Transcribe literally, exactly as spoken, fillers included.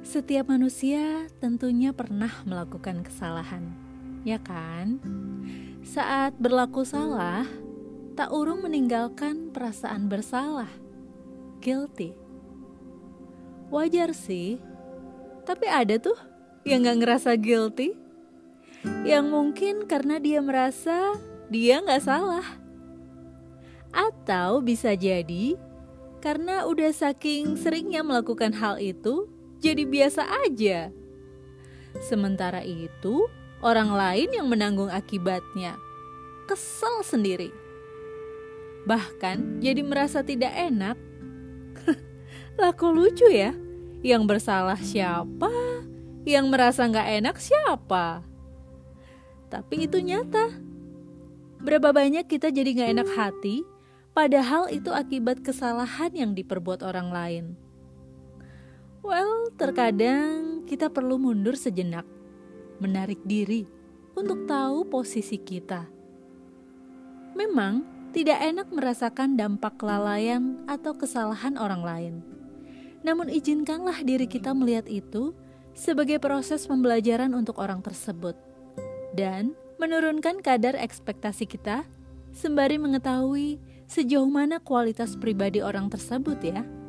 Setiap manusia tentunya pernah melakukan kesalahan, ya kan? Saat berlaku salah, tak urung meninggalkan perasaan bersalah, guilty. Wajar sih, tapi ada tuh yang gak ngerasa guilty, yang mungkin karena dia merasa dia gak salah. Atau bisa jadi karena udah saking seringnya melakukan hal itu, jadi biasa aja. Sementara itu, orang lain yang menanggung akibatnya. Kesel sendiri. Bahkan jadi merasa tidak enak. Lah kok lucu ya? Yang bersalah siapa? Yang merasa gak enak siapa? Tapi itu nyata. Berapa banyak kita jadi gak enak hati, padahal itu akibat kesalahan yang diperbuat orang lain. Well, terkadang kita perlu mundur sejenak, menarik diri untuk tahu posisi kita. Memang tidak enak merasakan dampak kelalaian atau kesalahan orang lain. Namun izinkanlah diri kita melihat itu sebagai proses pembelajaran untuk orang tersebut. Dan menurunkan kadar ekspektasi kita, sembari mengetahui sejauh mana kualitas pribadi orang tersebut ya.